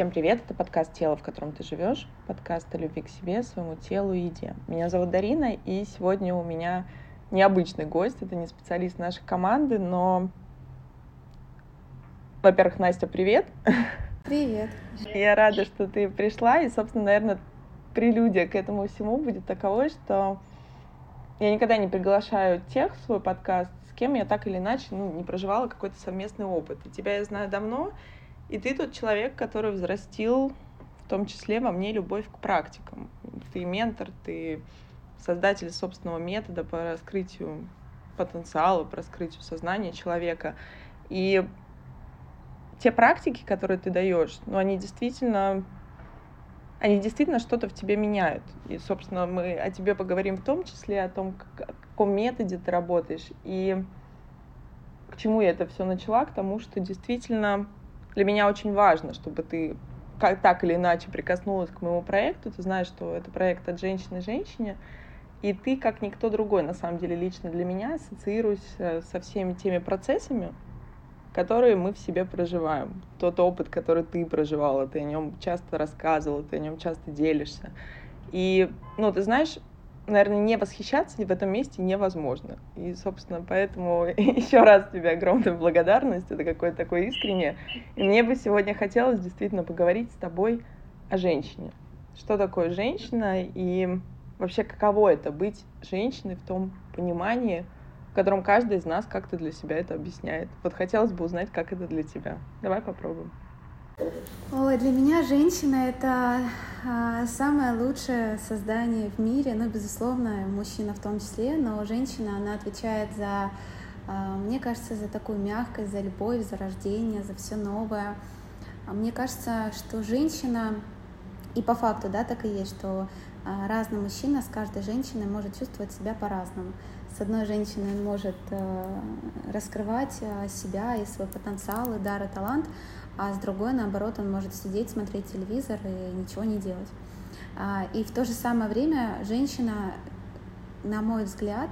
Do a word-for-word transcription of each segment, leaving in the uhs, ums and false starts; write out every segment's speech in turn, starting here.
Всем привет, это подкаст «Тело, в котором ты живешь», подкаст о любви к себе, своему телу и еде. Меня зовут Дарина, и сегодня у меня необычный гость, это не специалист нашей команды, но, во-первых, Настя, привет. Привет. Я рада, что ты пришла, и, собственно, наверное, прелюдия к этому всему будет таковой, что я никогда не приглашаю тех в свой подкаст, с кем я так или иначе ну, не проживала какой-то совместный опыт. И тебя я знаю давно, и ты тот человек, который взрастил в том числе во мне любовь к практикам. Ты ментор, ты создатель собственного метода по раскрытию потенциала, по раскрытию сознания человека. И те практики, которые ты даешь, ну, они действительно, они действительно что-то в тебе меняют. И, собственно, мы о тебе поговорим в том числе, о том, как, о каком методе ты работаешь. И к чему я это все начала? К тому, что действительно для меня очень важно, чтобы ты как, так или иначе прикоснулась к моему проекту. Ты знаешь, что это проект от женщины женщине, и ты, как никто другой, на самом деле, лично для меня ассоциируешься со всеми теми процессами, которые мы в себе проживаем. Тот опыт, который ты проживала, ты о нем часто рассказывала, ты о нем часто делишься. И, ну, ты знаешь, наверное, не восхищаться в этом месте невозможно. И, собственно, поэтому еще раз тебе огромная благодарность. Это какое-то такое искреннее. И мне бы сегодня хотелось действительно поговорить с тобой о женщине. Что такое женщина и вообще каково это быть женщиной в том понимании, в котором каждый из нас как-то для себя это объясняет. Вот хотелось бы узнать, как это для тебя. Давай попробуем. Ой, для меня женщина — это а, самое лучшее создание в мире, ну, безусловно, мужчина в том числе, но женщина, она отвечает за, а, мне кажется, за такую мягкость, за любовь, за рождение, за все новое. А мне кажется, что женщина, и по факту, да, так и есть, что а, разный мужчина с каждой женщиной может чувствовать себя по-разному. С одной женщиной он может а, раскрывать а, себя и свой потенциал, и дар, и талант, а с другой, наоборот, он может сидеть, смотреть телевизор и ничего не делать. И в то же самое время женщина, на мой взгляд,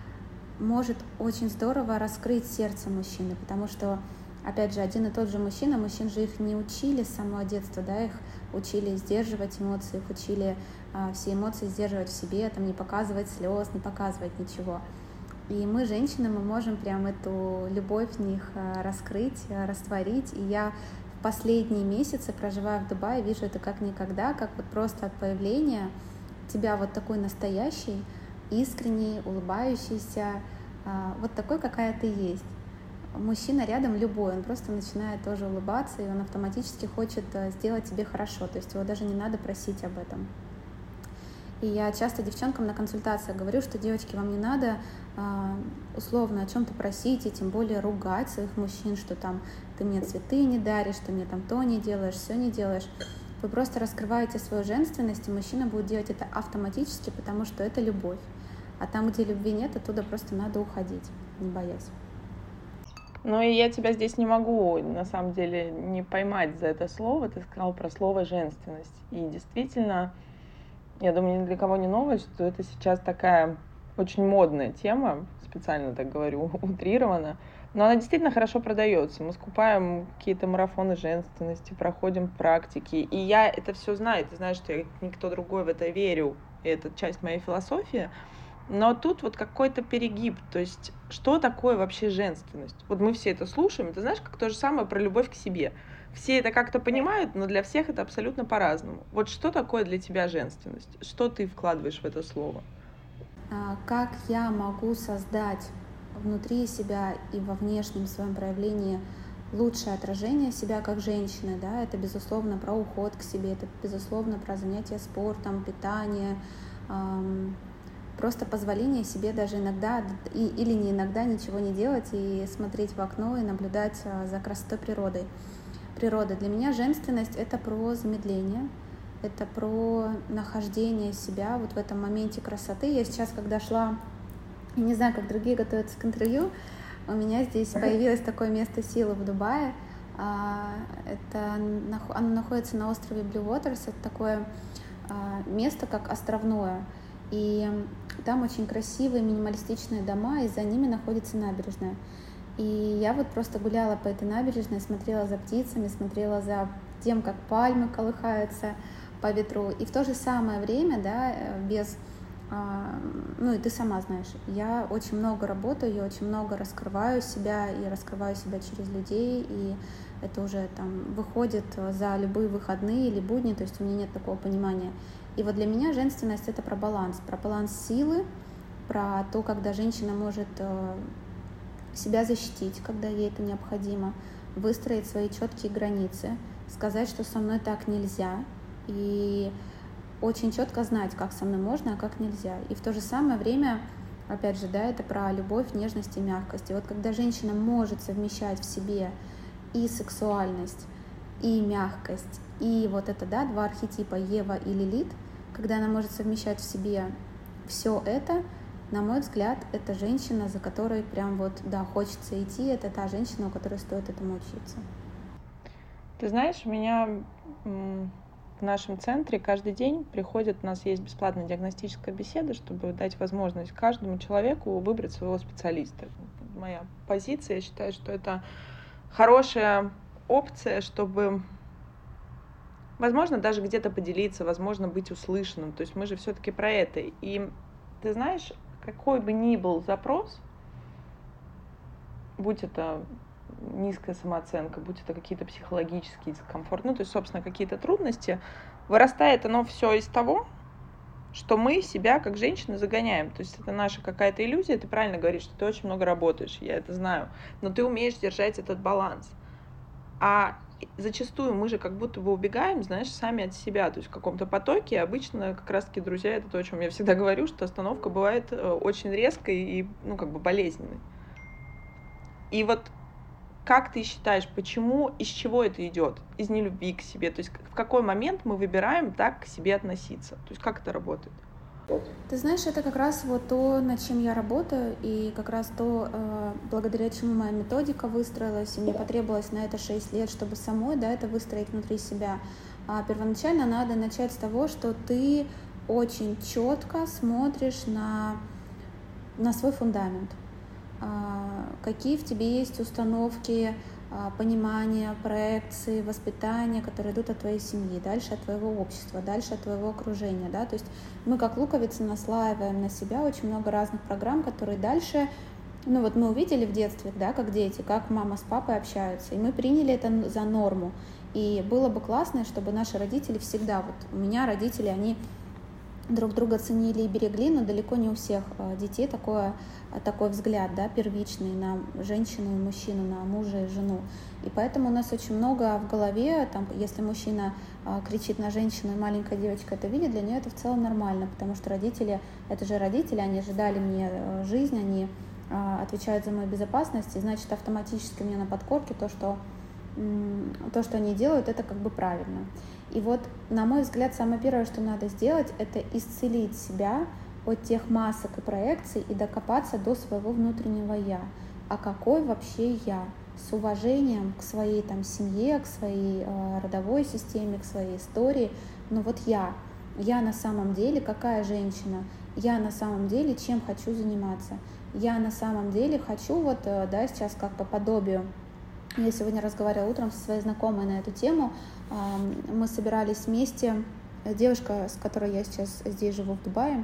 может очень здорово раскрыть сердце мужчины, потому что, опять же, один и тот же мужчина, мужчин же их не учили с самого детства, да, их учили сдерживать эмоции, их учили а, все эмоции сдерживать в себе, там, не показывать слез, не показывать ничего. И мы, женщины, мы можем прям эту любовь в них раскрыть, растворить. И я в последние месяцы, проживая в Дубае, вижу это как никогда, как вот просто от появления тебя вот такой настоящий, искренний, улыбающийся, вот такой, какая ты есть. Мужчина рядом любой, он просто начинает тоже улыбаться, и он автоматически хочет сделать тебе хорошо, то есть его даже не надо просить об этом. И я часто девчонкам на консультациях говорю, что, девочки, вам не надо условно о чем-то просить, и тем более ругать своих мужчин, что там ты мне цветы не даришь, ты мне там то не делаешь, все не делаешь. Вы просто раскрываете свою женственность, и мужчина будет делать это автоматически, потому что это любовь. А там, где любви нет, оттуда просто надо уходить, не боясь. Ну и я тебя здесь не могу, на самом деле, не поймать за это слово. Ты сказал про слово «женственность». И действительно, я думаю, ни для кого не новость, что это сейчас такая очень модная тема, специально так говорю, утрированно, но она действительно хорошо продается. Мы скупаем какие-то марафоны женственности, проходим практики, и я это все знаю, ты знаешь, что я никто другой в это верю, и это часть моей философии, но тут вот какой-то перегиб, то есть что такое вообще женственность? Вот мы все это слушаем, ты знаешь, как то же самое про любовь к себе. Все это как-то понимают, но для всех это абсолютно по-разному. Вот что такое для тебя женственность? Что ты вкладываешь в это слово? Как я могу создать внутри себя и во внешнем своем проявлении лучшее отражение себя как женщины, да, это, безусловно, про уход к себе, это, безусловно, про занятия спортом, питание, эм, просто позволение себе даже иногда и, или не иногда ничего не делать и смотреть в окно и наблюдать за красотой природы. Природа. Для меня женственность — это про замедление, это про нахождение себя вот в этом моменте красоты. Я сейчас, когда шла, я не знаю, как другие готовятся к интервью, у меня здесь появилось такое место силы в Дубае. Это, оно находится на острове Blue Waters. Это такое место, как островное. И там очень красивые минималистичные дома, и за ними находится набережная. И я вот просто гуляла по этой набережной, смотрела за птицами, смотрела за тем, как пальмы колыхаются по ветру. И в то же самое время, да, без... Ну и ты сама знаешь, я очень много работаю, я очень много раскрываю себя, и раскрываю себя через людей, и это уже там выходит за любые выходные или будни, то есть у меня нет такого понимания. И вот для меня женственность — это про баланс, про баланс силы, про то, когда женщина может себя защитить, когда ей это необходимо, выстроить свои четкие границы, сказать, что со мной так нельзя, и очень четко знать, как со мной можно, а как нельзя. И в то же самое время, опять же, да, это про любовь, нежность и мягкость. И вот когда женщина может совмещать в себе и сексуальность, и мягкость, и вот это, да, два архетипа Ева и Лилит, когда она может совмещать в себе все это, на мой взгляд, это женщина, за которой прям вот, да, хочется идти, это та женщина, у которой стоит этому учиться. Ты знаешь, у меня в нашем центре каждый день приходит, у нас есть бесплатная диагностическая беседа, чтобы дать возможность каждому человеку выбрать своего специалиста. Моя позиция, я считаю, что это хорошая опция, чтобы, возможно, даже где-то поделиться, возможно, быть услышанным. То есть мы же все-таки про это. И ты знаешь, какой бы ни был запрос, будь это низкая самооценка, будь это какие-то психологические дискомфорты, ну, то есть, собственно, какие-то трудности, вырастает оно все из того, что мы себя как женщины загоняем. То есть это наша какая-то иллюзия. Ты правильно говоришь, что ты очень много работаешь, я это знаю, но ты умеешь держать этот баланс. А зачастую мы же как будто бы убегаем, знаешь, сами от себя, то есть в каком-то потоке. Обычно как раз-таки, друзья, это то, о чем я всегда говорю, что остановка бывает очень резкой и, ну, как бы болезненной. И вот как ты считаешь, почему, из чего это идет? Из нелюбви к себе? То есть в какой момент мы выбираем так к себе относиться? То есть как это работает? Ты знаешь, это как раз вот то, над чем я работаю, и как раз то, благодаря чему моя методика выстроилась, и мне потребовалось на это шесть лет, чтобы самой, да, это выстроить внутри себя. А первоначально надо начать с того, что ты очень четко смотришь на, на свой фундамент. Какие в тебе есть установки, понимания, проекции, воспитания, которые идут от твоей семьи, дальше от твоего общества, дальше от твоего окружения, да, то есть мы как луковицы наслаиваем на себя очень много разных программ, которые дальше, ну вот мы увидели в детстве, да, как дети, как мама с папой общаются, и мы приняли это за норму, и было бы классно, чтобы наши родители всегда, вот у меня родители, они друг друга ценили и берегли, но далеко не у всех детей такое, такой взгляд, да, первичный на женщину и мужчину, на мужа и жену. И поэтому у нас очень много в голове, там, если мужчина кричит на женщину, и маленькая девочка это видит, для нее это в целом нормально, потому что родители, это же родители, они же дали мне жизнь, они отвечают за мою безопасность, и значит автоматически у меня на подкорке то, что, то, что они делают, это как бы правильно. И вот, на мой взгляд, самое первое, что надо сделать, это исцелить себя от тех масок и проекций и докопаться до своего внутреннего «я». А какой вообще я? С уважением к своей там семье, к своей э, родовой системе, к своей истории. Но вот я. Я на самом деле какая женщина? Я на самом деле чем хочу заниматься? Я на самом деле хочу вот, э, да, сейчас как по подобию. Я сегодня разговаривала утром со своей знакомой на эту тему. Мы собирались вместе, девушка, с которой я сейчас здесь живу в Дубае,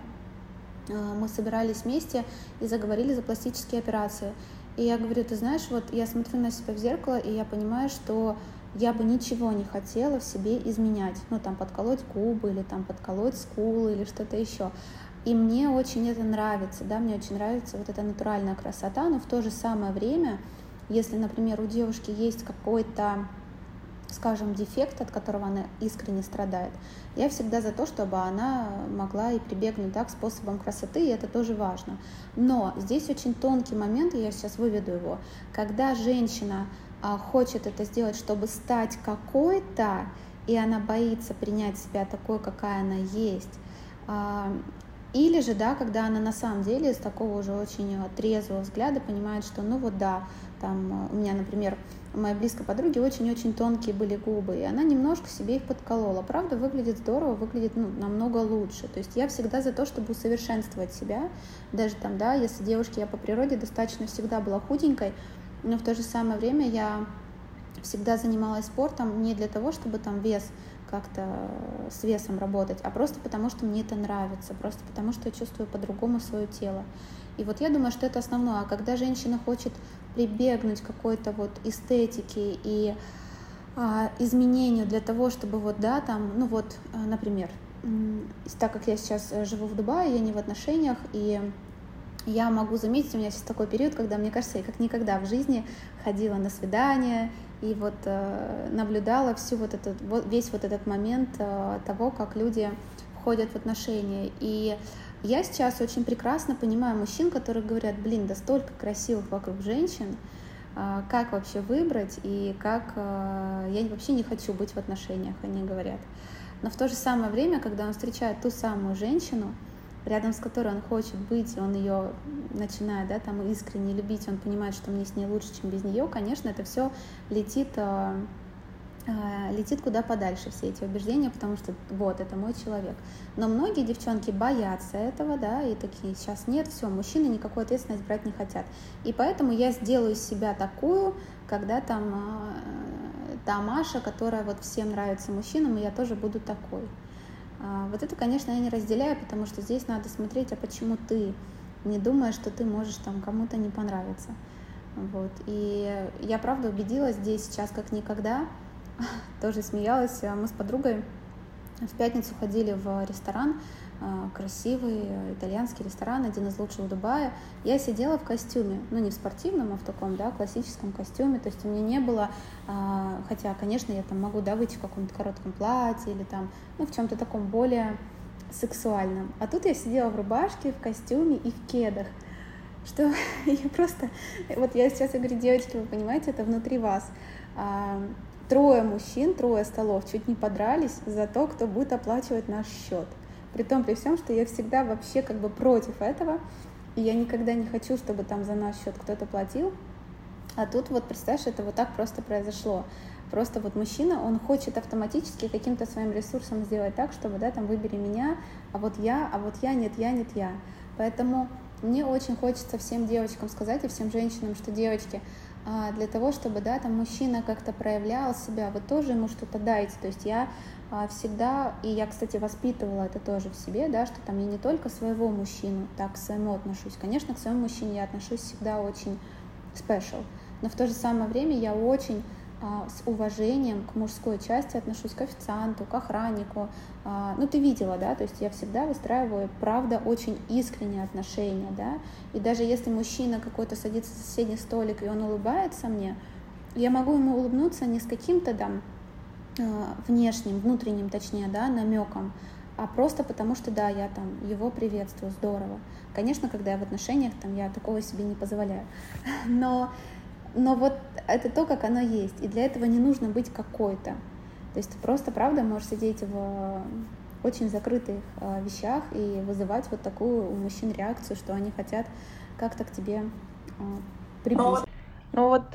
мы собирались вместе и заговорили за пластические операции. И я говорю, ты знаешь, вот я смотрю на себя в зеркало, и я понимаю, что я бы ничего не хотела в себе изменять. Ну, там, подколоть губы, или там, подколоть скулы, или что-то еще. И мне очень это нравится, да, мне очень нравится вот эта натуральная красота, но в то же самое время, если, например, у девушки есть какой-то, скажем, дефект, от которого она искренне страдает, я всегда за то, чтобы она могла и прибегнуть, да, к способам красоты, и это тоже важно. Но здесь очень тонкий момент, и я сейчас выведу его, когда женщина а, хочет это сделать, чтобы стать какой-то, и она боится принять себя такой, какая она есть, а, или же, да, когда она на самом деле с такого уже очень трезвого взгляда понимает, что, ну вот да, там у меня, например, у моей близкой подруги очень-очень тонкие были губы, и она немножко себе их подколола. Правда, выглядит здорово, выглядит, ну, намного лучше. То есть я всегда за то, чтобы усовершенствовать себя, даже там, да, если девушке я по природе достаточно всегда была худенькой, но в то же самое время я всегда занималась спортом не для того, чтобы там вес как-то с весом работать, а просто потому, что мне это нравится, просто потому, что я чувствую по-другому свое тело. И вот я думаю, что это основное. А когда женщина хочет прибегнуть к какой-то вот эстетике и а, изменению для того, чтобы вот, да, там, ну вот, например, так как я сейчас живу в Дубае, я не в отношениях, и я могу заметить, у меня сейчас такой период, когда, мне кажется, я как никогда в жизни ходила на свидания и вот э, наблюдала всю вот этот, вот, весь вот этот момент э, того, как люди входят в отношения. И я сейчас очень прекрасно понимаю мужчин, которые говорят: блин, да столько красивых вокруг женщин, э, как вообще выбрать и как э, я вообще не хочу быть в отношениях, они говорят. Но в то же самое время, когда он встречает ту самую женщину, рядом с которой он хочет быть, он ее начинает, да, там искренне любить, он понимает, что мне с ней лучше, чем без нее, конечно, это все летит, э, э, летит куда подальше, все эти убеждения, потому что вот, это мой человек. Но многие девчонки боятся этого, да, и такие: сейчас нет, все, мужчины никакой ответственности брать не хотят. И поэтому я сделаю из себя такую, когда там э, та Маша, которая вот всем нравится мужчинам, и я тоже буду такой. Вот это, конечно, я не разделяю, потому что здесь надо смотреть, а почему ты не думаешь, что ты можешь там кому-то не понравиться. Вот. И я, правда, убедилась здесь сейчас как никогда, тоже смеялась. Мы с подругой в пятницу ходили в ресторан, красивый итальянский ресторан, один из лучших в Дубае. Я сидела в костюме, ну не в спортивном, а в таком, да, классическом костюме, то есть у меня не было, хотя, конечно, я там могу, да, выйти в каком-то коротком платье или там, ну, в чем-то таком более сексуальном. А тут я сидела в рубашке, в костюме и в кедах, что я просто, вот я сейчас я говорю: девочки, вы понимаете, это внутри вас. Трое мужчин, трое столов чуть не подрались за то, кто будет оплачивать наш счет. При том, при всем, что я всегда вообще как бы против этого, и я никогда не хочу, чтобы там за наш счет кто-то платил. А тут вот, представляешь, это вот так просто произошло. Просто вот мужчина, он хочет автоматически каким-то своим ресурсом сделать так, чтобы, да, там, выбери меня, а вот я, а вот я, нет, я, нет, я. Поэтому мне очень хочется всем девочкам сказать и всем женщинам, что, девочки, для того, чтобы, да, там мужчина как-то проявлял себя, вы тоже ему что-то дайте. То есть я всегда, и я, кстати, воспитывала это тоже в себе, да, что там я не только своего мужчину так к своему отношусь. Конечно, к своему мужчине я отношусь всегда очень special, но в то же самое время я очень а, с уважением к мужской части отношусь, к официанту, к охраннику. А, ну, ты видела, да, то есть я всегда выстраиваю, правда, очень искренние отношения, да, и даже если мужчина какой-то садится за соседний столик, и он улыбается мне, я могу ему улыбнуться не с каким-то там внешним, внутренним, точнее, да, намеком, а просто потому что, да, я там его приветствую, здорово. Конечно, когда я в отношениях, там, я такого себе не позволяю. Но, но вот это то, как оно есть. И для этого не нужно быть какой-то. То есть ты просто, правда, можешь сидеть в очень закрытых вещах и вызывать вот такую у мужчин реакцию, что они хотят как-то к тебе приблизиться. Ну вот...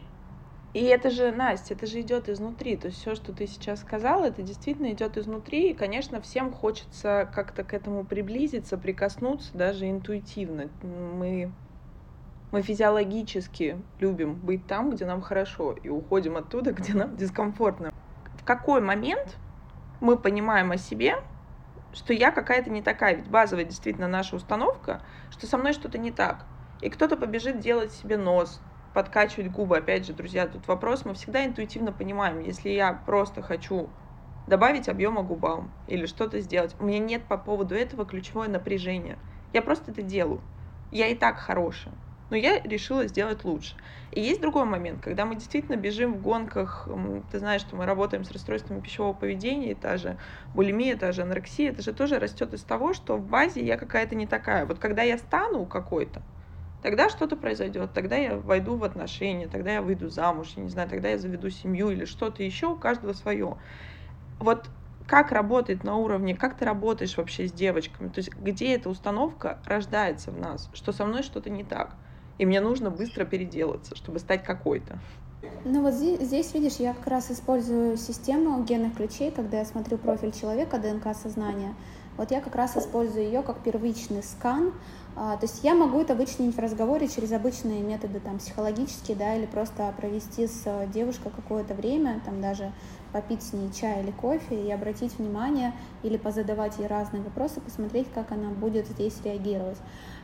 И это же, Настя, это же идет изнутри. То есть все, что ты сейчас сказала, это действительно идет изнутри. И, конечно, всем хочется как-то к этому приблизиться, прикоснуться, даже интуитивно. Мы, мы физиологически любим быть там, где нам хорошо, и уходим оттуда, где нам дискомфортно. В какой момент мы понимаем о себе, что я какая-то не такая? Ведь базовая действительно наша установка, что со мной что-то не так. И кто-то побежит делать себе нос, подкачивать губы. Опять же, друзья, тут вопрос, мы всегда интуитивно понимаем, если я просто хочу добавить объема губам или что-то сделать, у меня нет по поводу этого ключевое напряжение. Я просто это делаю. Я и так хорошая, но я решила сделать лучше. И есть другой момент, когда мы действительно бежим в гонках, ты знаешь, что мы работаем с расстройствами пищевого поведения, та же булимия, та же анорексия, это же тоже растет из того, что в базе я какая-то не такая. Вот когда я стану какой-то, тогда что-то произойдет, тогда я войду в отношения, тогда я выйду замуж, я не знаю, тогда я заведу семью или что-то еще, у каждого свое. Вот как работает на уровне, как ты работаешь вообще с девочками, то есть где эта установка рождается в нас, что со мной что-то не так, и мне нужно быстро переделаться, чтобы стать какой-то. Ну вот здесь, здесь, видишь, я как раз использую систему генных ключей, когда я смотрю профиль человека, ДНК сознания. Вот я как раз использую ее как первичный скан. А, то есть я могу это вычленить в разговоре через обычные методы там, психологические, да, или просто провести с девушкой какое-то время, там даже попить с ней чай или кофе и обратить внимание или позадавать ей разные вопросы, посмотреть, как она будет здесь реагировать.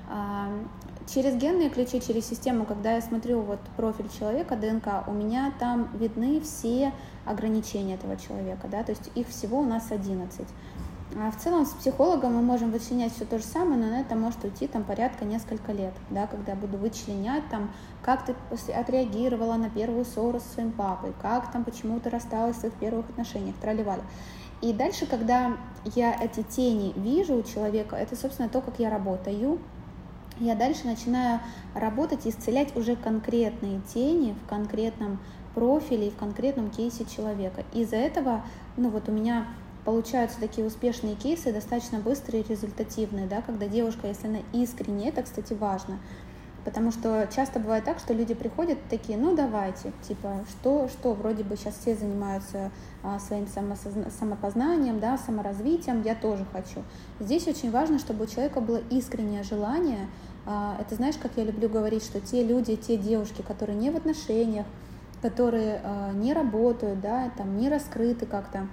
А, через генные ключи, через систему, когда я смотрю вот профиль человека, ДНК, у меня там видны все ограничения этого человека, да, то есть их всего у нас одиннадцать. А в целом с психологом мы можем вычленять все то же самое, но на это может уйти там порядка несколько лет, да, когда я буду вычленять там, как ты отреагировала на первую ссору со своим папой, как там, почему ты рассталась в своих первых отношениях, трали-вали. И дальше, когда я эти тени вижу у человека, это, собственно, то, как я работаю. Я дальше начинаю работать и исцелять уже конкретные тени в конкретном профиле и в конкретном кейсе человека. Из-за этого, ну вот у меня получаются такие успешные кейсы, достаточно быстрые и результативные, да, когда девушка, если она искренне, это, кстати, важно, потому что часто бывает так, что люди приходят такие, ну давайте, типа, что, что вроде бы сейчас все занимаются а, своим самосозна- самопознанием, да, саморазвитием, я тоже хочу. Здесь очень важно, чтобы у человека было искреннее желание. А, это знаешь, как я люблю говорить, что те люди, те девушки, которые не в отношениях, которые а, не работают, да, там, не раскрыты как-то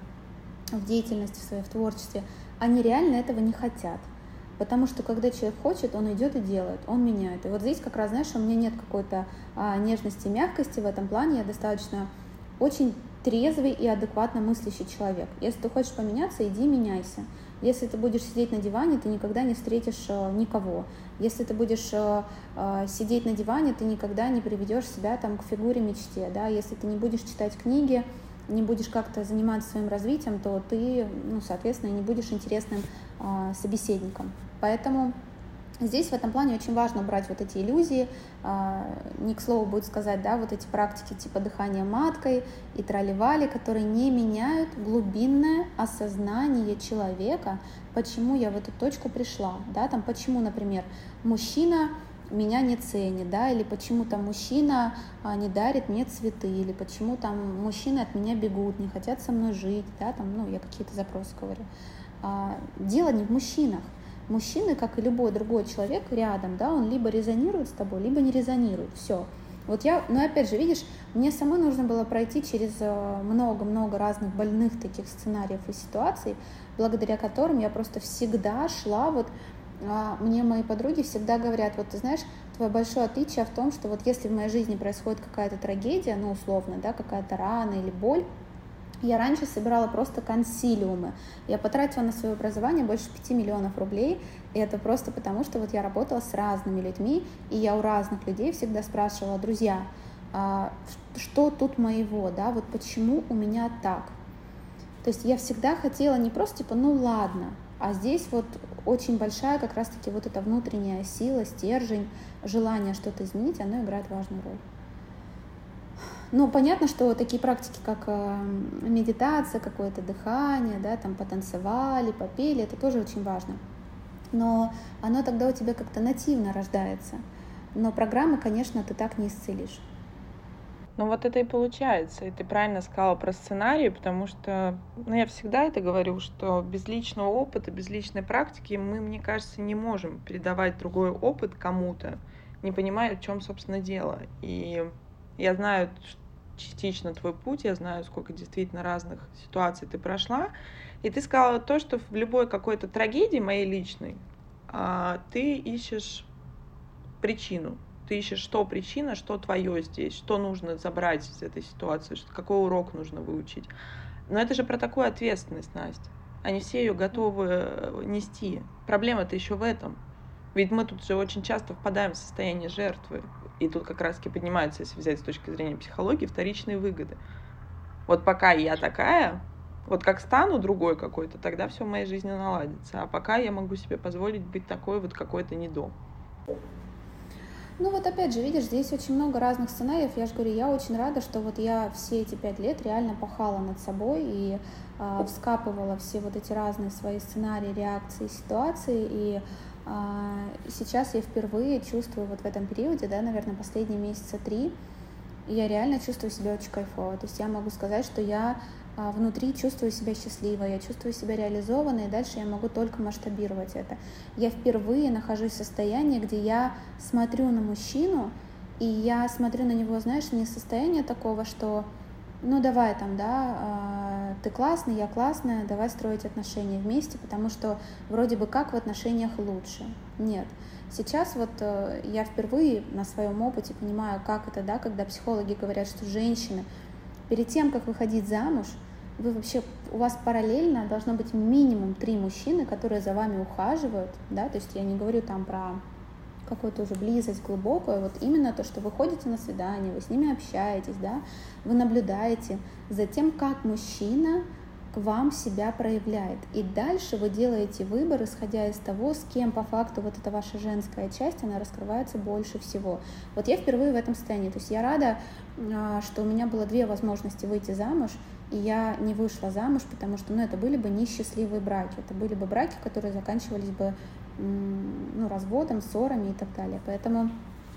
в деятельности своей, в творчестве, они реально этого не хотят. Потому что когда человек хочет, он идет и делает, он меняет. И вот здесь как раз, знаешь, у меня нет какой-то а, нежности и мягкости в этом плане, я достаточно очень трезвый и адекватно мыслящий человек. Если ты хочешь поменяться, иди меняйся. Если ты будешь сидеть на диване, ты никогда не встретишь а, никого. Если ты будешь а, а, сидеть на диване, ты никогда не приведешь себя там, к фигуре мечте. Да? Если ты не будешь читать книги, не будешь как-то заниматься своим развитием, то ты, ну, соответственно, не будешь интересным э, собеседником. Поэтому здесь в этом плане очень важно убрать вот эти иллюзии. Э, не к слову будет сказать, да, вот эти практики типа дыхания маткой и трали-вали, которые не меняют глубинное осознание человека, почему я в эту точку пришла, да, там, почему, например, мужчина меня не ценит, да, или почему там мужчина а, не дарит мне цветы, или почему там мужчины от меня бегут, не хотят со мной жить, да, там, ну, я какие-то запросы говорю. А, дело не в мужчинах. Мужчины, как и любой другой человек рядом, да, он либо резонирует с тобой, либо не резонирует, все. Вот я, ну, опять же, видишь, мне самой нужно было пройти через много-много разных больных таких сценариев и ситуаций, благодаря которым я просто всегда шла вот. Мне мои подруги всегда говорят, вот ты знаешь, твое большое отличие в том, что вот если в моей жизни происходит какая-то трагедия, ну условно, да, какая-то рана или боль, я раньше собирала просто консилиумы. Я потратила на свое образование больше пяти миллионов рублей, и это просто потому, что вот я работала с разными людьми, и я у разных людей всегда спрашивала, друзья, что тут моего, да, вот почему у меня так? То есть я всегда хотела не просто типа, ну ладно, а здесь вот очень большая как раз-таки вот эта внутренняя сила, стержень, желание что-то изменить, оно играет важную роль. Ну, понятно, что такие практики, как медитация, какое-то дыхание, да, там потанцевали, попели, это тоже очень важно. Но оно тогда у тебя как-то нативно рождается. Но программы, конечно, ты так не исцелишь. Ну вот это и получается. И ты правильно сказала про сценарий, потому что, ну я всегда это говорю, что без личного опыта, без личной практики мы, мне кажется, не можем передавать другой опыт кому-то, не понимая, в чем, собственно, дело. И я знаю частично твой путь, я знаю, сколько действительно разных ситуаций ты прошла. И ты сказала то, что в любой какой-то трагедии моей личной ты ищешь причину. Ты ищешь, что причина, что твое здесь, что нужно забрать из этой ситуации, какой урок нужно выучить. Но это же про такую ответственность, Настя. Они все ее готовы нести. Проблема-то еще в этом. Ведь мы тут же очень часто впадаем в состояние жертвы. И тут как раз-таки поднимаются, если взять с точки зрения психологии, вторичные выгоды. Вот пока я такая, вот как стану другой какой-то, тогда все в моей жизни наладится. А пока я могу себе позволить быть такой вот какой-то недо. Ну вот опять же, видишь, здесь очень много разных сценариев. Я же говорю, я очень рада, что вот я все эти пять лет реально пахала над собой и э, вскапывала все вот эти разные свои сценарии, реакции, ситуации. И э, сейчас я впервые чувствую вот в этом периоде, да, наверное, последние месяца три, и я реально чувствую себя очень кайфово. То есть я могу сказать, что я а, внутри чувствую себя счастливой, я чувствую себя реализованной, и дальше я могу только масштабировать это. Я впервые нахожусь в состоянии, где я смотрю на мужчину, и я смотрю на него, знаешь, не состояние такого, что ну давай там, да, ты классный, я классная, давай строить отношения вместе, потому что вроде бы как в отношениях лучше. Нет. Сейчас вот я впервые на своем опыте понимаю, как это, да, когда психологи говорят, что женщины перед тем, как выходить замуж, вы вообще, у вас параллельно должно быть минимум три мужчины, которые за вами ухаживают, да, то есть я не говорю там про какую-то уже близость глубокую, вот именно то, что вы ходите на свидание, вы с ними общаетесь, да, вы наблюдаете за тем, как мужчина к вам себя проявляет. И дальше вы делаете выбор, исходя из того, с кем по факту вот эта ваша женская часть, она раскрывается больше всего. Вот я впервые в этом состоянии, то есть я рада, что у меня было две возможности выйти замуж, и я не вышла замуж, потому что, ну, это были бы несчастливые браки, это были бы браки, которые заканчивались бы ну, разводом, ссорами и так далее. Поэтому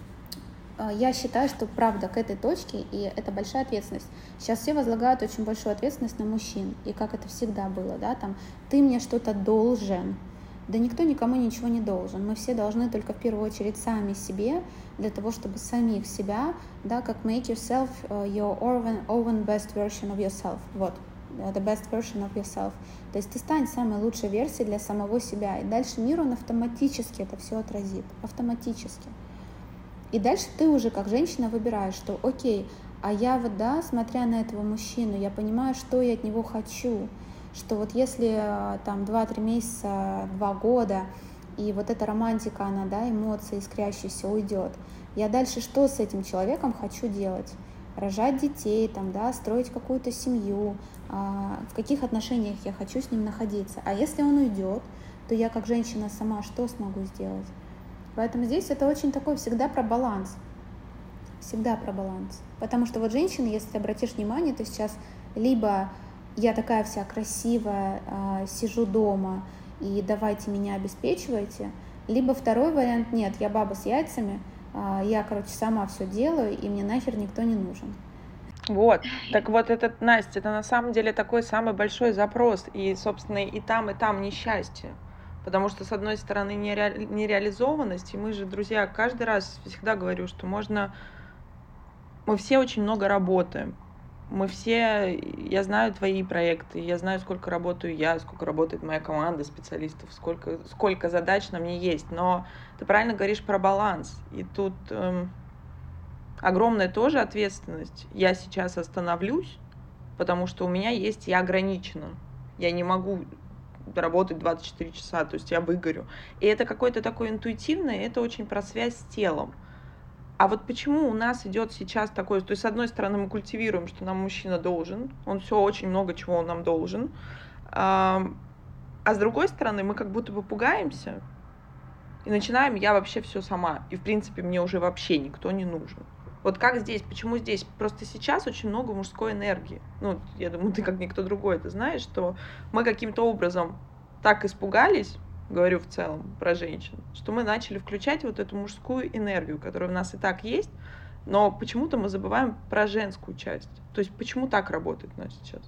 я считаю, что правда к этой точке, и это большая ответственность. Сейчас все возлагают очень большую ответственность на мужчин, и как это всегда было, да, там, ты мне что-то должен. Да никто никому ничего не должен. Мы все должны только в первую очередь сами себе, для того, чтобы самих себя, да, как make yourself your own, own best version of yourself. Вот. The best version of yourself. То есть ты стань самой лучшей версией для самого себя. И дальше мир, он автоматически это все отразит. Автоматически. И дальше ты уже как женщина выбираешь, что окей, а я вот, да, смотря на этого мужчину, я понимаю, что я от него хочу. Что вот если там два-три месяца, два года, и вот эта романтика, она, да, эмоции искрящиеся уйдет, я дальше что с этим человеком хочу делать? Рожать детей, там, да, строить какую-то семью, а, в каких отношениях я хочу с ним находиться. А если он уйдет, то я как женщина сама что смогу сделать? Поэтому здесь это очень такой всегда про баланс. Всегда про баланс. Потому что вот женщины, если ты обратишь внимание, то сейчас либо я такая вся красивая, а, сижу дома и давайте меня обеспечивайте, либо второй вариант, нет, я баба с яйцами, я, короче, сама все делаю, и мне нахер никто не нужен. Вот, так вот этот, Настя, это на самом деле такой самый большой запрос, и, собственно, и там, и там несчастье, потому что, с одной стороны, нере... нереализованность, и мы же, друзья, каждый раз всегда говорю, что можно, мы все очень много работаем, мы все, я знаю твои проекты, я знаю, сколько работаю я, сколько работает моя команда специалистов, сколько, сколько задач на мне есть, но ты правильно говоришь про баланс, и тут эм, огромная тоже ответственность. Я сейчас остановлюсь, потому что у меня есть, я ограничена, я не могу работать двадцать четыре часа, то есть я выгорю. И это какое-то такое интуитивное, это очень про связь с телом. А вот почему у нас идет сейчас такое, то есть с одной стороны мы культивируем, что нам мужчина должен, он все очень много чего он нам должен, а, а с другой стороны мы как будто бы пугаемся и начинаем я вообще все сама, и в принципе мне уже вообще никто не нужен. Вот как здесь, почему здесь? Просто сейчас очень много мужской энергии. Ну, я думаю, ты как никто другой это знаешь, что мы каким-то образом так испугались, говорю в целом про женщин, что мы начали включать вот эту мужскую энергию, которая у нас и так есть, но почему-то мы забываем про женскую часть. То есть почему так работает у нас сейчас?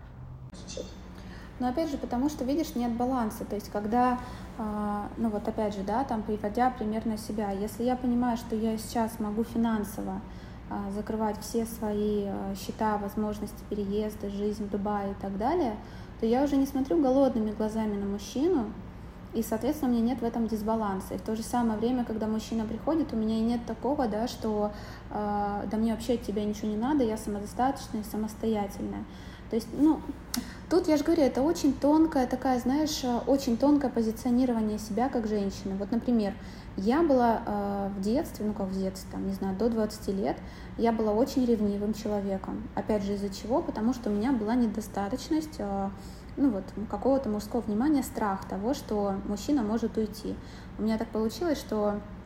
Но опять же, потому что, видишь, нет баланса. То есть когда, ну вот опять же, да, там приводя примерно себя, если я понимаю, что я сейчас могу финансово закрывать все свои счета, возможности переезда, жизнь в Дубае и так далее, то я уже не смотрю голодными глазами на мужчину, и, соответственно, у меня нет в этом дисбаланса. И в то же самое время, когда мужчина приходит, у меня и нет такого, да, что э, да мне вообще от тебя ничего не надо, я самодостаточная и самостоятельная. То есть, ну, тут я же говорю, это очень тонкая такая, знаешь, очень тонкое позиционирование себя как женщины. Вот, например, я была э, в детстве, ну как в детстве, там, не знаю, до двадцати лет, я была очень ревнивым человеком. Опять же, из-за чего? Потому что у меня была недостаточность э, ну вот, какого-то мужского внимания, страх того, что мужчина может уйти. У меня так получилось, что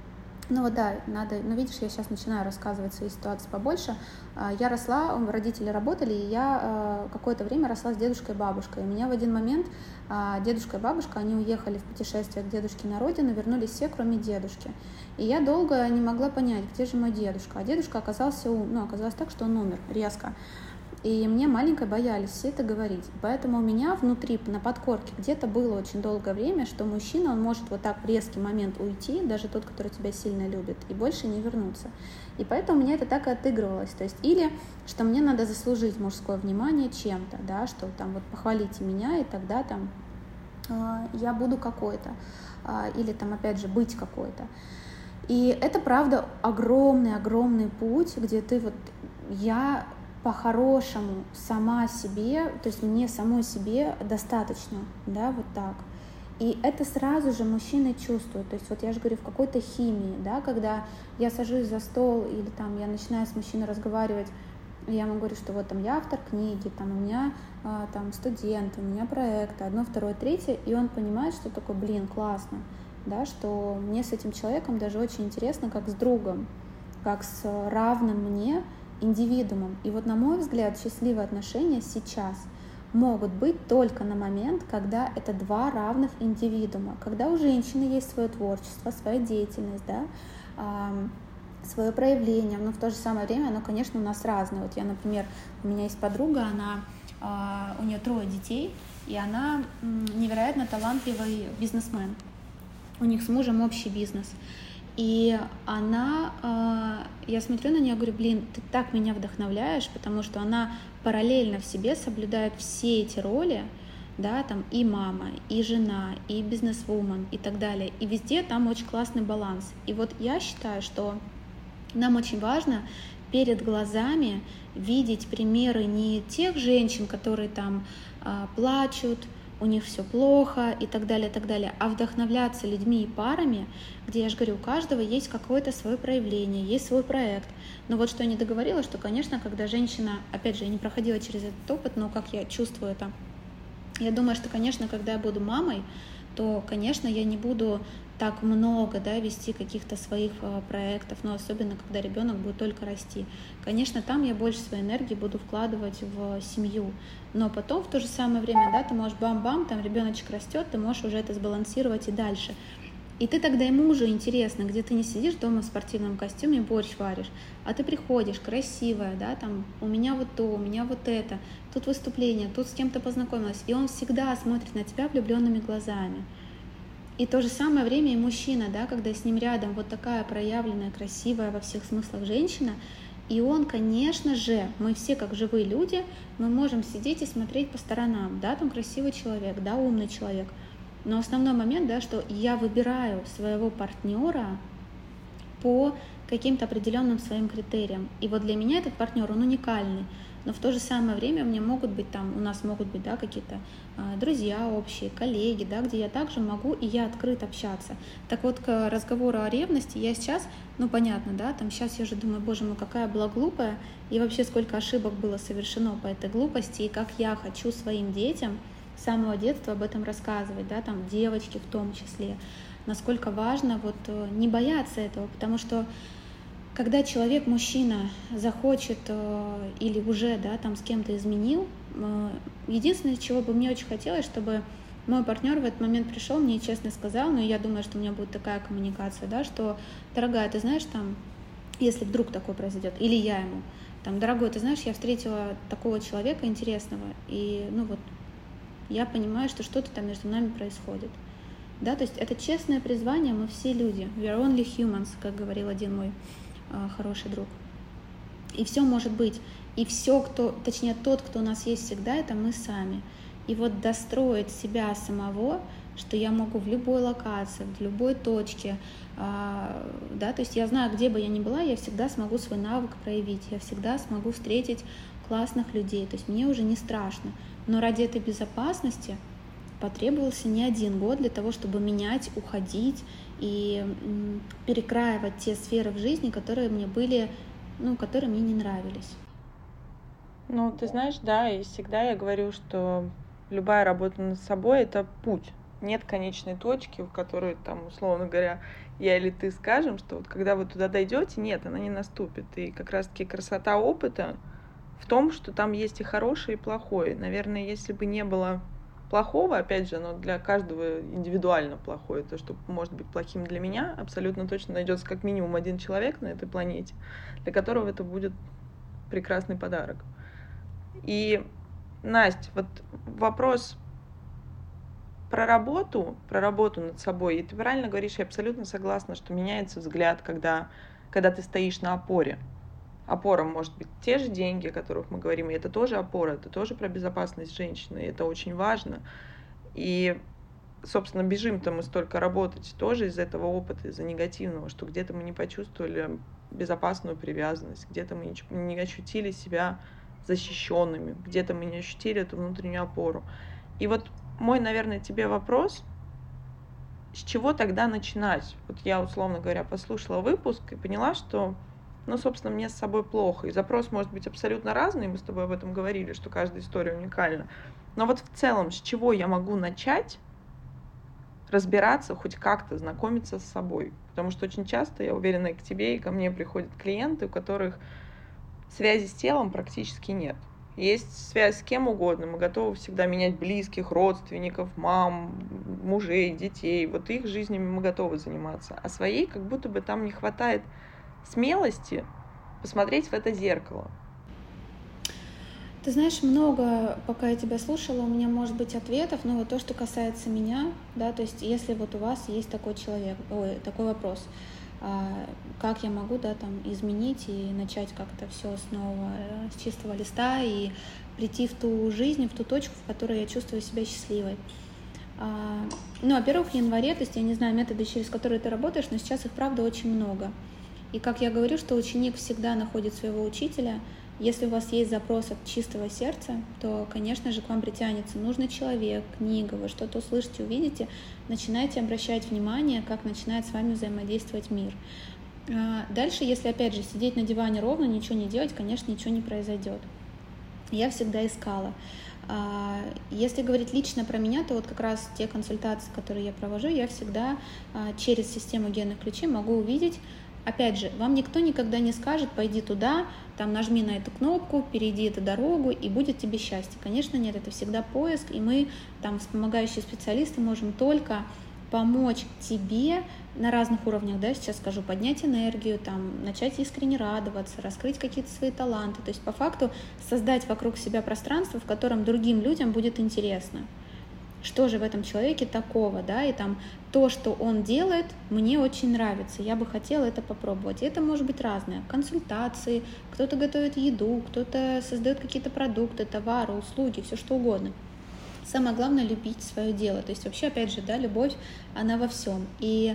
Ну вот да, надо, ну видишь, я сейчас начинаю рассказывать свои ситуации побольше. Я росла, родители работали, и я какое-то время росла с дедушкой и бабушкой. У меня в один момент дедушка и бабушка, они уехали в путешествие к дедушке на родину, вернулись все, кроме дедушки. И я долго не могла понять, где же мой дедушка. А дедушка оказался, ну, оказалось так, что он умер резко. И мне маленькой боялись все это говорить. Поэтому у меня внутри, на подкорке, где-то было очень долгое время, что мужчина, он может вот так в резкий момент уйти, даже тот, который тебя сильно любит, и больше не вернуться. И поэтому мне это так и отыгрывалось. То есть или что мне надо заслужить мужское внимание чем-то, да, что там вот похвалите меня, и тогда там э, я буду какой-то. Э, или там опять же быть какой-то. И это, правда, огромный-огромный путь, где ты вот, я... по-хорошему сама себе, то есть мне самой себе достаточно, да, вот так. И это сразу же мужчины чувствуют, то есть вот я же говорю, в какой-то химии, да, когда я сажусь за стол или там я начинаю с мужчиной разговаривать, я ему говорю, что вот там я автор книги, там у меня а, там студент, у меня проект, одно, второе, третье, и он понимает, что такое, блин, классно, да, что мне с этим человеком даже очень интересно, как с другом, как с равным мне индивидуумом. И вот, на мой взгляд, счастливые отношения сейчас могут быть только на момент, когда это два равных индивидуума, когда у женщины есть свое творчество, своя деятельность, да, свое проявление, но в то же самое время оно, конечно, у нас разное. Вот я, например, у меня есть подруга, она, у нее трое детей, и она невероятно талантливый бизнесмен. У них с мужем общий бизнес. И она, я смотрю на нее, говорю, блин, ты так меня вдохновляешь, потому что она параллельно в себе соблюдает все эти роли, да, там и мама, и жена, и бизнесвумен, и так далее. И везде там очень классный баланс. И вот я считаю, что нам очень важно перед глазами видеть примеры не тех женщин, которые там плачут, у них все плохо и так далее, и так далее, а вдохновляться людьми и парами, где, я же говорю, у каждого есть какое-то свое проявление, есть свой проект. Но вот что я не договорила, что, конечно, когда женщина, опять же, я не проходила через этот опыт, но как я чувствую это, я думаю, что, конечно, когда я буду мамой, то, конечно, я не буду так много, да, вести каких-то своих э, проектов, но особенно, когда ребенок будет только расти. Конечно, там я больше своей энергии буду вкладывать в семью, но потом в то же самое время, да, ты можешь бам-бам, там ребеночек растет, ты можешь уже это сбалансировать и дальше. И ты тогда ему уже интересно, где ты не сидишь дома в спортивном костюме, борщ варишь, а ты приходишь, красивая, да, там, у меня вот то, у меня вот это, тут выступление, тут с кем-то познакомилась, и он всегда смотрит на тебя влюбленными глазами. И в то же самое время и мужчина, да, когда с ним рядом вот такая проявленная, красивая во всех смыслах женщина, и он, конечно же, мы все как живые люди, мы можем сидеть и смотреть по сторонам, да, там красивый человек, да, умный человек, но основной момент, да, что я выбираю своего партнера по каким-то определенным своим критериям, и вот для меня этот партнер, он уникальный. Но в то же самое время у меня могут быть там, у нас могут быть, да, какие-то э, друзья общие, коллеги, да, где я также могу и я открыт общаться. Так вот, к разговору о ревности я сейчас, ну понятно, да, там сейчас я уже думаю, боже мой, какая была глупая, и вообще сколько ошибок было совершено по этой глупости, и как я хочу своим детям с самого детства об этом рассказывать, да, там девочки в том числе, насколько важно вот не бояться этого, потому что когда человек, мужчина, захочет э, или уже, да, там с кем-то изменил, э, единственное, чего бы мне очень хотелось, чтобы мой партнер в этот момент пришел, мне честно сказал, но я думаю, что у меня будет такая коммуникация, да, что, дорогая, ты знаешь, там, если вдруг такое произойдет, или я ему, там, дорогой, ты знаешь, я встретила такого человека интересного, и, ну вот, я понимаю, что что-то там между нами происходит. Да, то есть это честное призвание, мы все люди, we are only humans, как говорил один мой хороший друг. И все может быть. И все, кто, точнее, тот, кто у нас есть всегда, это мы сами. И вот достроить себя самого, что я могу в любой локации, в любой точке, да, то есть я знаю, где бы я ни была, я всегда смогу свой навык проявить, я всегда смогу встретить классных людей, то есть мне уже не страшно. Но ради этой безопасности потребовался не один год для того, чтобы менять, уходить и перекраивать те сферы в жизни, которые мне были, ну, которые мне не нравились. Ну, ты знаешь, да, и всегда я говорю, что любая работа над собой — это путь. нет конечной точки, в которой, там, условно говоря, я или ты скажем, что вот когда вы туда дойдете, нет, она не наступит. И как раз-таки красота опыта в том, что там есть и хорошее, и плохое. Наверное, если бы не было плохого, опять же, оно для каждого индивидуально плохое. То, что может быть плохим для меня, абсолютно точно найдется как минимум один человек на этой планете, для которого это будет прекрасный подарок. И, Настя, вот вопрос про работу, про работу над собой. И ты правильно говоришь, я абсолютно согласна, что меняется взгляд, когда, когда ты стоишь на опоре. Опора может быть те же деньги, о которых мы говорим, и это тоже опора, это тоже про безопасность женщины, и это очень важно. И, собственно, бежим-то мы столько работать тоже из этого опыта, из-за негативного, что где-то мы не почувствовали безопасную привязанность, где-то мы не ощутили себя защищенными, где-то мы не ощутили эту внутреннюю опору. И вот мой, наверное, тебе вопрос, с чего тогда начинать? Вот я, условно говоря, послушала выпуск и поняла, что ну, собственно, мне с собой плохо. И запрос может быть абсолютно разный, мы с тобой об этом говорили, что каждая история уникальна. Но вот в целом, с чего я могу начать разбираться, хоть как-то знакомиться с собой? Потому что очень часто, я уверена, и к тебе, и ко мне приходят клиенты, у которых связи с телом практически нет. Есть связь с кем угодно, мы готовы всегда менять близких, родственников, мам, мужей, детей. Вот их жизнями мы готовы заниматься. А своей как будто бы там не хватает смелости посмотреть в это зеркало. Ты знаешь, много, пока я тебя слушала, у меня может быть ответов, но вот то, что касается меня, да, то есть если вот у вас есть такой человек, ой, такой вопрос, как я могу, да, там изменить и начать как-то все снова с чистого листа и прийти в ту жизнь, в ту точку, в которой я чувствую себя счастливой. Ну, во-первых, в январе, то есть я не знаю методы, через которые ты работаешь, но сейчас их, правда, очень много. И как я говорю, что ученик всегда находит своего учителя. Если у вас есть запрос от чистого сердца, то, конечно же, к вам притянется нужный человек, книга, вы что-то услышите, увидите, начинайте обращать внимание, как начинает с вами взаимодействовать мир. Дальше, если, опять же, сидеть на диване ровно, ничего не делать, конечно, ничего не произойдет. Я всегда искала. Если говорить лично про меня, то вот как раз те консультации, которые я провожу, я всегда через систему генных ключей могу увидеть. Опять же, вам никто никогда не скажет, пойди туда, там нажми на эту кнопку, перейди эту дорогу, и будет тебе счастье. Конечно, нет, это всегда поиск, и мы, там, вспомогающие специалисты, можем только помочь тебе на разных уровнях, да, сейчас скажу, поднять энергию, там, начать искренне радоваться, раскрыть какие-то свои таланты, то есть по факту создать вокруг себя пространство, в котором другим людям будет интересно. Что же в этом человеке такого, да, и там то, что он делает, мне очень нравится, я бы хотела это попробовать. И это может быть разное, консультации, кто-то готовит еду, кто-то создает какие-то продукты, товары, услуги, все что угодно. Самое главное — любить свое дело, то есть вообще, опять же, да, любовь, она во всем. И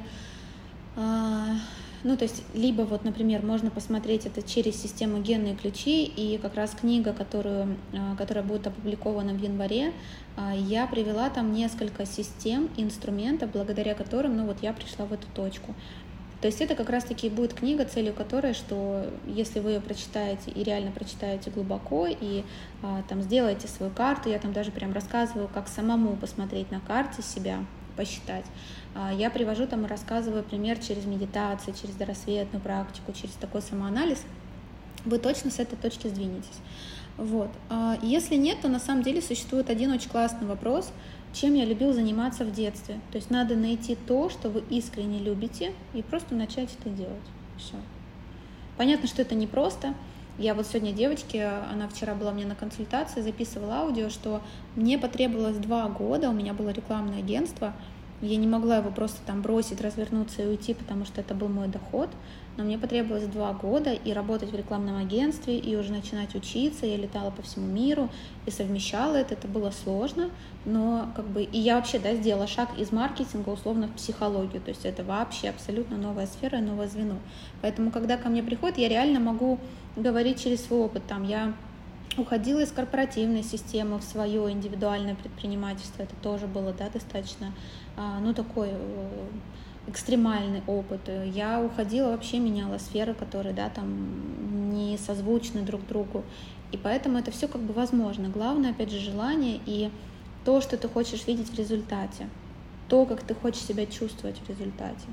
а, ну, то есть, либо вот, например, можно посмотреть это через систему «Генные ключи», и как раз книга, которую, которая будет опубликована в январе, я привела там несколько систем, инструментов, благодаря которым, ну, вот я пришла в эту точку. То есть это как раз-таки будет книга, целью которой, что если вы ее прочитаете и реально прочитаете глубоко, и а, там сделаете свою карту, я там даже прям рассказываю, как самому посмотреть на карте себя, посчитать. Я привожу там и рассказываю пример через медитацию, через дорассветную практику, через такой самоанализ. Вы точно с этой точки сдвинетесь. Вот. Если нет, то на самом деле существует один очень классный вопрос, чем я любил заниматься в детстве. То есть надо найти то, что вы искренне любите, и просто начать это делать. Все. Понятно, что это непросто. Я вот сегодня девочке, она вчера была у меня на консультации, записывала аудио, что мне потребовалось два года, у меня было рекламное агентство, я не могла его просто там бросить, развернуться и уйти, потому что это был мой доход, но мне потребовалось два года и работать в рекламном агентстве, и уже начинать учиться, я летала по всему миру и совмещала это, это было сложно, но как бы, и я вообще, да, сделала шаг из маркетинга условно в психологию, то есть это вообще абсолютно новая сфера, новое звено, поэтому когда ко мне приходят, я реально могу говорить через свой опыт, там я уходила из корпоративной системы в свое индивидуальное предпринимательство, это тоже было, да, достаточно, ну, такой экстремальный опыт. Я уходила, вообще меняла сферы, которые, да, там не созвучны друг другу, и поэтому это все как бы возможно. Главное, опять же, желание и то, что ты хочешь видеть в результате. то, как ты хочешь себя чувствовать в результате.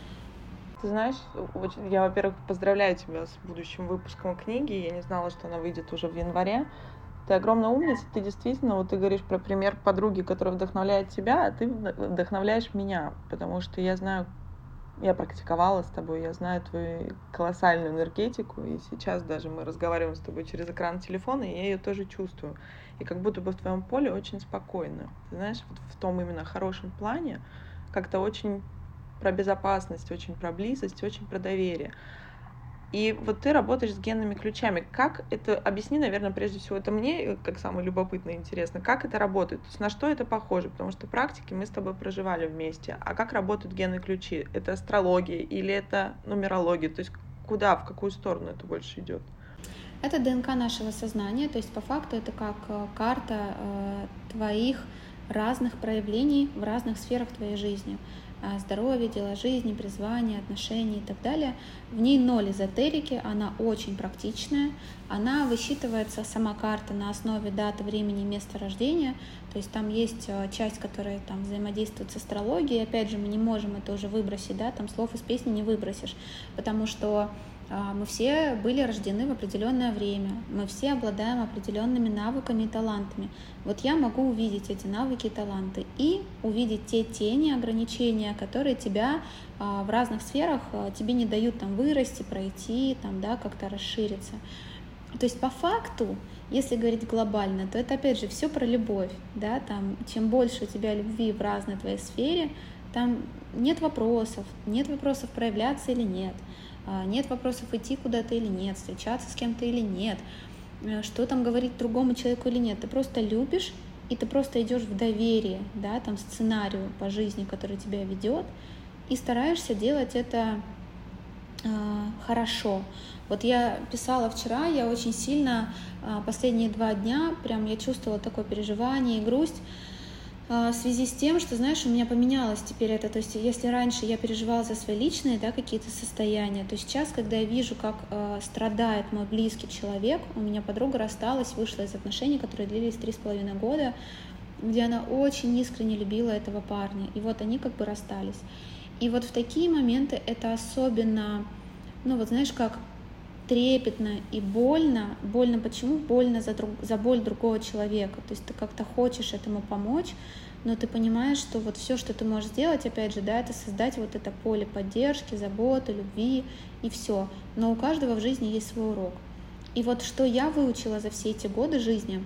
Ты знаешь, я, во-первых, поздравляю тебя с будущим выпуском книги. Я не знала, что она выйдет уже в январе. Ты огромная умница, ты действительно, вот ты говоришь про пример подруги, которая вдохновляет тебя, а ты вдохновляешь меня, потому что я знаю, я практиковала с тобой, я знаю твою колоссальную энергетику, и сейчас даже мы разговариваем с тобой через экран телефона, и я ее тоже чувствую. И как будто бы в твоем поле очень спокойно. Ты знаешь, вот в том именно хорошем плане как-то очень про безопасность, очень про близость, очень про доверие. И вот ты работаешь с генными ключами. Как это, объясни, наверное, прежде всего, это мне, как самое любопытное и интересно, как это работает, то есть на что это похоже, потому что практики мы с тобой проживали вместе. А как работают генные ключи? Это астрология или это нумерология? То есть куда, в какую сторону это больше идет? Это ДНК нашего сознания, то есть по факту это как карта э, твоих разных проявлений в разных сферах твоей жизни. Здоровье, дела жизни, призвание, отношения и так далее. В ней ноль эзотерики, она очень практичная. Она высчитывается, сама карта, на основе даты, времени, места рождения. То есть там есть часть, которая там взаимодействует с астрологией. Опять же, мы не можем это уже выбросить, да, там слов из песни не выбросишь, потому что мы все были рождены в определенное время, мы все обладаем определенными навыками и талантами. Вот я могу увидеть эти навыки и таланты и увидеть те тени, ограничения, которые тебя в разных сферах тебе не дают там вырасти, пройти, там, да, как-то расшириться. То есть по факту, если говорить глобально, то это опять же все про любовь, да, там, чем больше у тебя любви в разной твоей сфере, там нет вопросов, нет вопросов проявляться или нет. Нет вопросов, идти куда-то или нет, встречаться с кем-то или нет, что там говорить другому человеку или нет. Ты просто любишь, и ты просто идешь в доверие, да, там, сценарию по жизни, который тебя ведет, и стараешься делать это э, хорошо. Вот я писала вчера, я очень сильно э, последние два дня, прям я чувствовала такое переживание и грусть, в связи с тем, что, знаешь, у меня поменялось теперь это, то есть если раньше я переживала за свои личные, да, какие-то состояния, то сейчас, когда я вижу, как э, страдает мой близкий человек, у меня подруга рассталась, вышла из отношений, которые длились три с половиной года, где она очень искренне любила этого парня, и вот они как бы расстались. И вот в такие моменты это особенно, ну вот знаешь, как трепетно и больно. Больно почему? Больно за, друг, за боль другого человека. То есть ты как-то хочешь этому помочь, но ты понимаешь, что вот все, что ты можешь сделать, опять же, да, это создать вот это поле поддержки, заботы, любви и все. Но у каждого в жизни есть свой урок. И вот что я выучила за все эти годы жизни,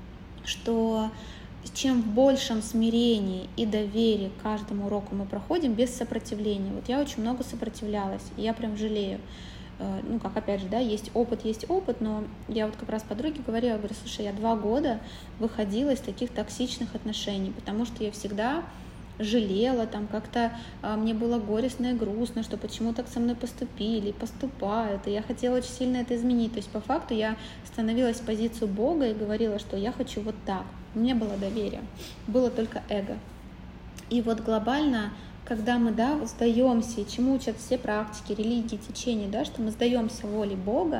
что чем в большем смирении и доверии к каждому уроку мы проходим без сопротивления. Вот я очень много сопротивлялась, и я прям жалею. Ну, как опять же, да, есть опыт, есть опыт, но я вот как раз подруге говорила, говорю, слушай, я два года выходила из таких токсичных отношений, потому что я всегда жалела, там как-то а, мне было горестно и грустно, что почему так со мной поступили, поступают, и я хотела очень сильно это изменить, то есть по факту я становилась в позицию Бога и говорила, что я хочу вот так, не было доверия, было только эго. И вот глобально, когда мы, да, вот сдаемся, и чему учат все практики, религии, течения, да, что мы сдаемся воле Бога,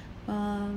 э,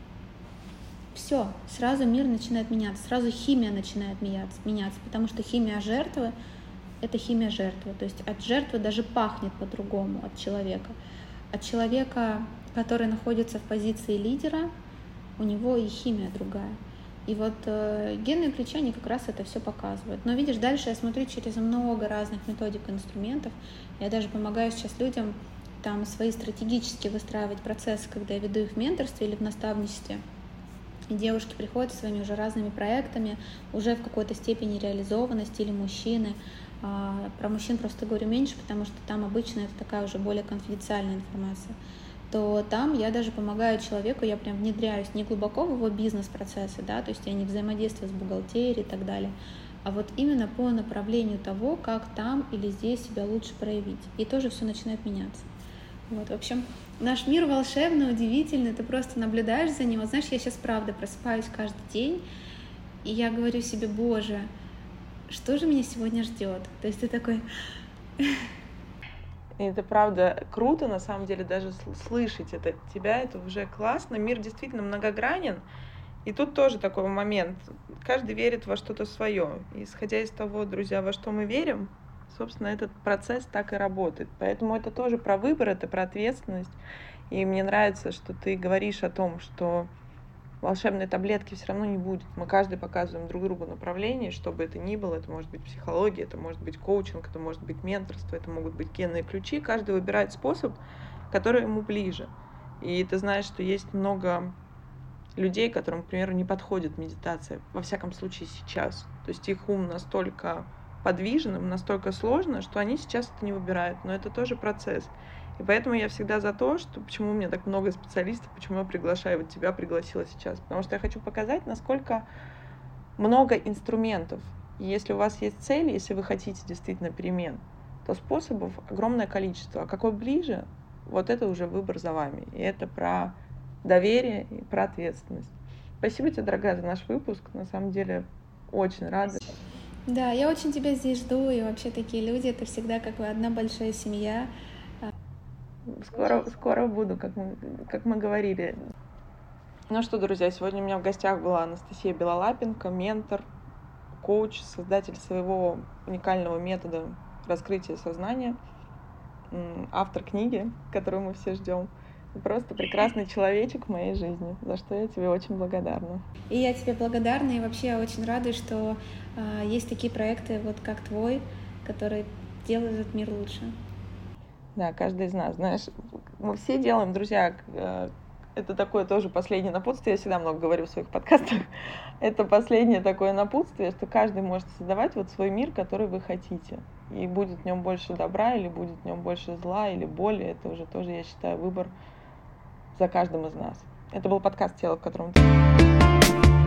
все, сразу мир начинает меняться, сразу химия начинает меняться, меняться, потому что химия жертвы — это химия жертвы, то есть от жертвы даже пахнет по-другому от человека. От человека, который находится в позиции лидера, у него и химия другая. И вот э, генные ключи, они как раз это все показывают. Но видишь, дальше я смотрю через много разных методик и инструментов. Я даже помогаю сейчас людям там свои стратегически выстраивать процессы, когда я веду их в менторстве или в наставничестве. И девушки приходят со своими уже разными проектами, уже в какой-то степени реализованности, или мужчины. А, про мужчин просто говорю меньше, потому что там обычно это такая уже более конфиденциальная информация. То там я даже помогаю человеку, я прям внедряюсь не глубоко в его бизнес-процессы, да, то есть я не взаимодействую с бухгалтерией и так далее, а вот именно по направлению того, как там или здесь себя лучше проявить. И тоже все начинает меняться. Вот, в общем, наш мир волшебный, удивительный, ты просто наблюдаешь за ним. Вот знаешь, я сейчас правда просыпаюсь каждый день, и я говорю себе, Боже, что же меня сегодня ждет? То есть ты такой... И это правда круто, на самом деле, даже слышать это от тебя, это уже классно. Мир действительно многогранен, И тут тоже такой момент. Каждый верит во что-то свое. И исходя из того, друзья, во что мы верим, собственно, этот процесс так и работает. Поэтому это тоже про выбор, это про ответственность. И мне нравится, что ты говоришь о том, что волшебной таблетки все равно не будет. Мы каждый показываем друг другу направление, что бы это ни было. Это может быть психология, это может быть коучинг, это может быть менторство, это могут быть генные ключи. Каждый выбирает способ, который ему ближе. И ты знаешь, что есть много людей, которым, к примеру, не подходит медитация, во всяком случае сейчас. То есть их ум настолько подвижен, им настолько сложно, что они сейчас это не выбирают. Но это тоже процесс. И поэтому я всегда за то, что почему у меня так много специалистов, почему я приглашаю, вот тебя пригласила сейчас. Потому что я хочу показать, насколько много инструментов. И если у вас есть цели, если вы хотите действительно перемен, то способов огромное количество. А какой ближе, вот это уже выбор за вами. И это про доверие и про ответственность. Спасибо тебе, дорогая, за наш выпуск. На самом деле, очень рада. Да, я очень тебя здесь жду, и вообще такие люди, это всегда как бы одна большая семья. Скоро, скоро буду, как мы, как мы говорили. Ну что, друзья, сегодня у меня в гостях была Анастасия Белолапенко, ментор, коуч, создатель своего уникального метода раскрытия сознания, автор книги, которую мы все ждем. Просто прекрасный человечек в моей жизни, за что я тебе очень благодарна. И я тебе благодарна, и вообще я очень рада, что э, есть такие проекты, вот как твой, которые делают этот мир лучше. Да, каждый из нас, знаешь, мы все делаем, друзья, это такое тоже последнее напутствие, я всегда много говорю в своих подкастах, это последнее такое напутствие, что каждый может создавать вот свой мир, который вы хотите, и будет в нем больше добра, или будет в нем больше зла, или боли, это уже тоже, я считаю, выбор за каждым из нас. Это был подкаст «Тело, в котором ты».